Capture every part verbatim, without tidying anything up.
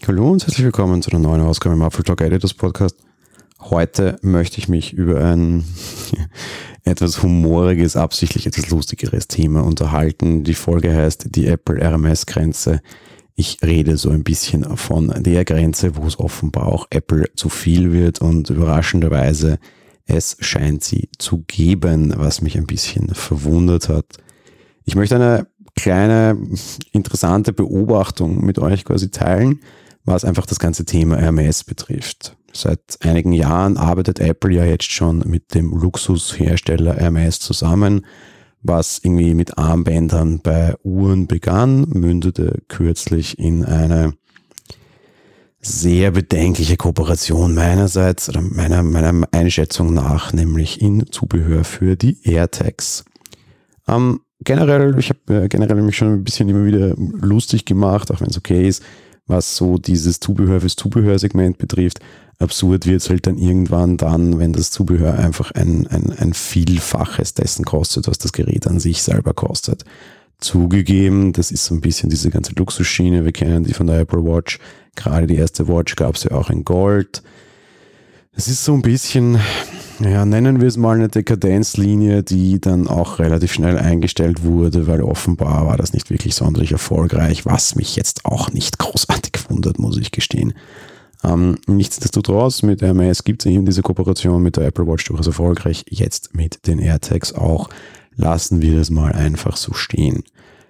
Hallo und herzlich willkommen zu einer neuen Ausgabe im Apfel Talk Editors Podcast. Heute möchte ich mich über ein etwas humoriges, absichtlich etwas lustigeres Thema unterhalten. Die Folge heißt die Apple R M S-Grenze. Ich rede so ein bisschen von der Grenze, wo es offenbar auch Apple zu viel wird und überraschenderweise es scheint sie zu geben, was mich ein bisschen verwundert hat. Ich möchte eine kleine interessante Beobachtung mit euch quasi teilen, was einfach das ganze Thema R M S betrifft. Seit einigen Jahren arbeitet Apple ja jetzt schon mit dem Luxushersteller R M S zusammen, was irgendwie mit Armbändern bei Uhren begann, mündete kürzlich in eine sehr bedenkliche Kooperation meinerseits oder meiner, meiner Einschätzung nach, nämlich in Zubehör für die AirTags. Ähm, generell, ich habe äh, generell mich schon ein bisschen immer wieder lustig gemacht, auch wenn es okay ist, was so dieses Zubehör fürs Zubehörsegment betrifft. Absurd wird es halt dann irgendwann dann, wenn das Zubehör einfach ein, ein, ein Vielfaches dessen kostet, was das Gerät an sich selber kostet. Zugegeben, das ist so ein bisschen diese ganze Luxusschiene, wir kennen die von der Apple Watch, gerade die erste Watch gab es ja auch in Gold. Es ist so ein bisschen, ja, nennen wir es mal eine Dekadenzlinie, die dann auch relativ schnell eingestellt wurde, weil offenbar war das nicht wirklich sonderlich erfolgreich, was mich jetzt auch nicht großartig wundert, muss ich gestehen. Ähm, nichtsdestotrotz, mit R M S gibt es eben diese Kooperation mit der Apple Watch durchaus erfolgreich, jetzt mit den AirTags auch. Lassen wir das mal einfach so stehen.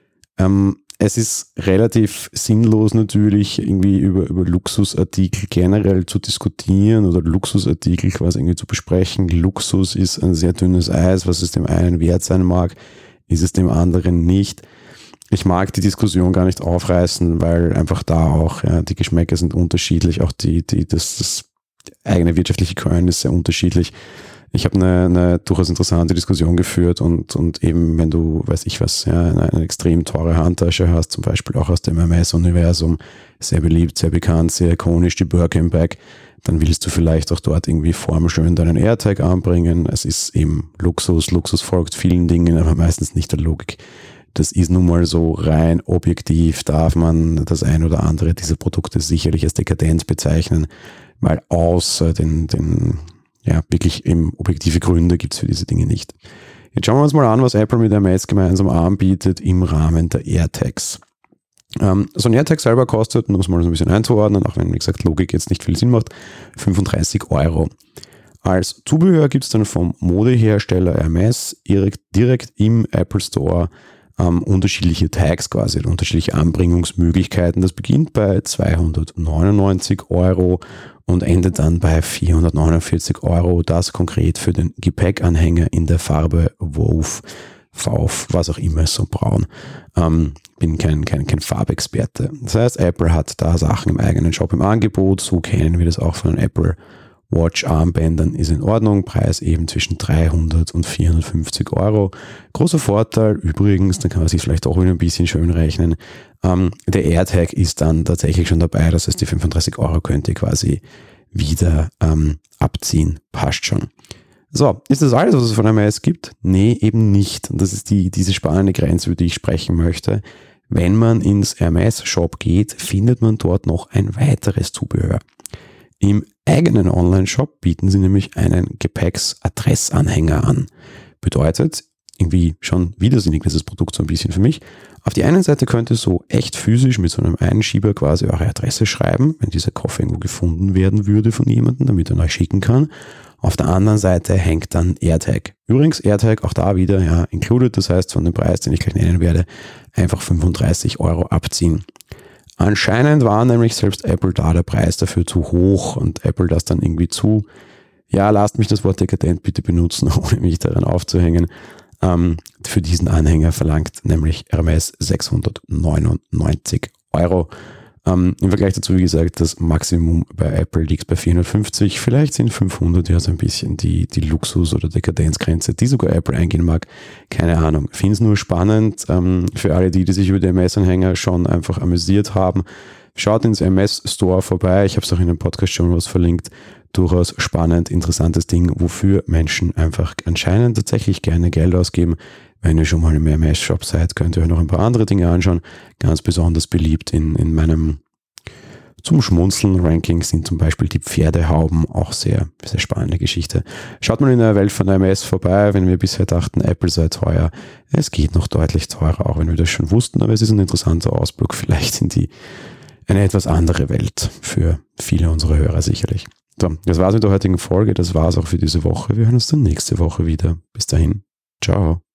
Ähm, es ist relativ sinnlos natürlich irgendwie über, über Luxusartikel generell zu diskutieren oder Luxusartikel quasi irgendwie zu besprechen. Luxus ist ein sehr dünnes Eis, was es dem einen wert sein mag, ist es dem anderen nicht. Ich mag die Diskussion gar nicht aufreißen, weil einfach da auch, ja, die Geschmäcker sind unterschiedlich, auch die, die, das, das eigene wirtschaftliche Können ist sehr unterschiedlich. Ich habe eine, eine durchaus interessante Diskussion geführt und, und eben, wenn du, weiß ich was, ja, eine, eine extrem teure Handtasche hast, zum Beispiel auch aus dem R M S-Universum, sehr beliebt, sehr bekannt, sehr ikonisch, die Birkin Bag, dann willst du vielleicht auch dort irgendwie formschön deinen AirTag anbringen. Es ist eben Luxus, Luxus folgt vielen Dingen, aber meistens nicht der Logik. Das ist nun mal so, rein objektiv darf man das ein oder andere dieser Produkte sicherlich als Dekadenz bezeichnen, weil außer den, den ja, wirklich eben objektive Gründe gibt es für diese Dinge nicht. Jetzt schauen wir uns mal an, was Apple mit R M S gemeinsam anbietet im Rahmen der AirTags. Ähm, so ein AirTag selber kostet, um es mal so ein bisschen einzuordnen, auch wenn, wie gesagt, Logik jetzt nicht viel Sinn macht, fünfunddreißig Euro. Als Zubehör gibt es dann vom Modehersteller R M S direkt, direkt im Apple Store ähm, unterschiedliche Tags quasi, unterschiedliche Anbringungsmöglichkeiten. Das beginnt bei zweihundertneunundneunzig Euro und endet dann bei vierhundertneunundvierzig Euro, das konkret für den Gepäckanhänger in der Farbe Wove, Fauf, was auch immer, so braun. Ähm, bin kein, kein, kein Farbexperte. Das heißt, Apple hat da Sachen im eigenen Shop im Angebot, so kennen wir das auch von den Apple Watch Armbändern, ist in Ordnung, Preis eben zwischen dreihundert und vierhundertfünfzig Euro. Großer Vorteil übrigens, da kann man sich vielleicht auch wieder ein bisschen schön rechnen, ähm, der AirTag ist dann tatsächlich schon dabei, das heißt die fünfunddreißig Euro könnt ihr quasi wieder ähm, abziehen, passt schon. So, ist das alles, was es von R M S gibt? Nee, eben nicht. Und das ist die, diese spannende Grenze, über die ich sprechen möchte. Wenn man ins R M S-Shop geht, findet man dort noch ein weiteres Zubehör. Im eigenen Online-Shop bieten sie nämlich einen Gepäcksadressanhänger an. Bedeutet, irgendwie schon widersinnig dieses Produkt so ein bisschen für mich. Auf die einen Seite könnt ihr so echt physisch mit so einem Einschieber quasi eure Adresse schreiben, wenn dieser Koffer irgendwo gefunden werden würde von jemandem, damit er ihn euch schicken kann. Auf der anderen Seite hängt dann AirTag. Übrigens AirTag auch da wieder, ja, included, das heißt von dem Preis, den ich gleich nennen werde, einfach fünfunddreißig Euro abziehen. Anscheinend war nämlich selbst Apple da der Preis dafür zu hoch und Apple das dann irgendwie zu, ja, lasst mich das Wort dekadent bitte benutzen, ohne mich daran aufzuhängen, ähm, für diesen Anhänger verlangt nämlich R M S sechshundertneunundneunzig Euro. Ähm, Im Vergleich dazu, wie gesagt, das Maximum bei Apple liegt bei vierhundertfünfzig, vielleicht sind fünfhundert ja so ein bisschen die, die Luxus- oder Dekadenzgrenze, die sogar Apple eingehen mag. Keine Ahnung. Finde es nur spannend, ähm, für alle die, die sich über die R M S-Anhänger schon einfach amüsiert haben. Schaut ins R M S-Store vorbei, ich habe es auch in dem Podcast schon was verlinkt. Durchaus spannend, interessantes Ding, wofür Menschen einfach anscheinend tatsächlich gerne Geld ausgeben. Wenn ihr schon mal im R M S-Shop seid, könnt ihr euch noch ein paar andere Dinge anschauen. Ganz besonders beliebt in, in meinem zum Schmunzeln. Rankings sind zum Beispiel die Pferdehauben, auch sehr, sehr spannende Geschichte. Schaut mal in der Welt von der A M S vorbei, wenn wir bisher dachten, Apple sei teuer. Es geht noch deutlich teurer, auch wenn wir das schon wussten, aber es ist ein interessanter Ausblick vielleicht in die eine etwas andere Welt für viele unserer Hörer sicherlich. So, das war's mit der heutigen Folge, das war's auch für diese Woche. Wir hören uns dann nächste Woche wieder. Bis dahin, ciao.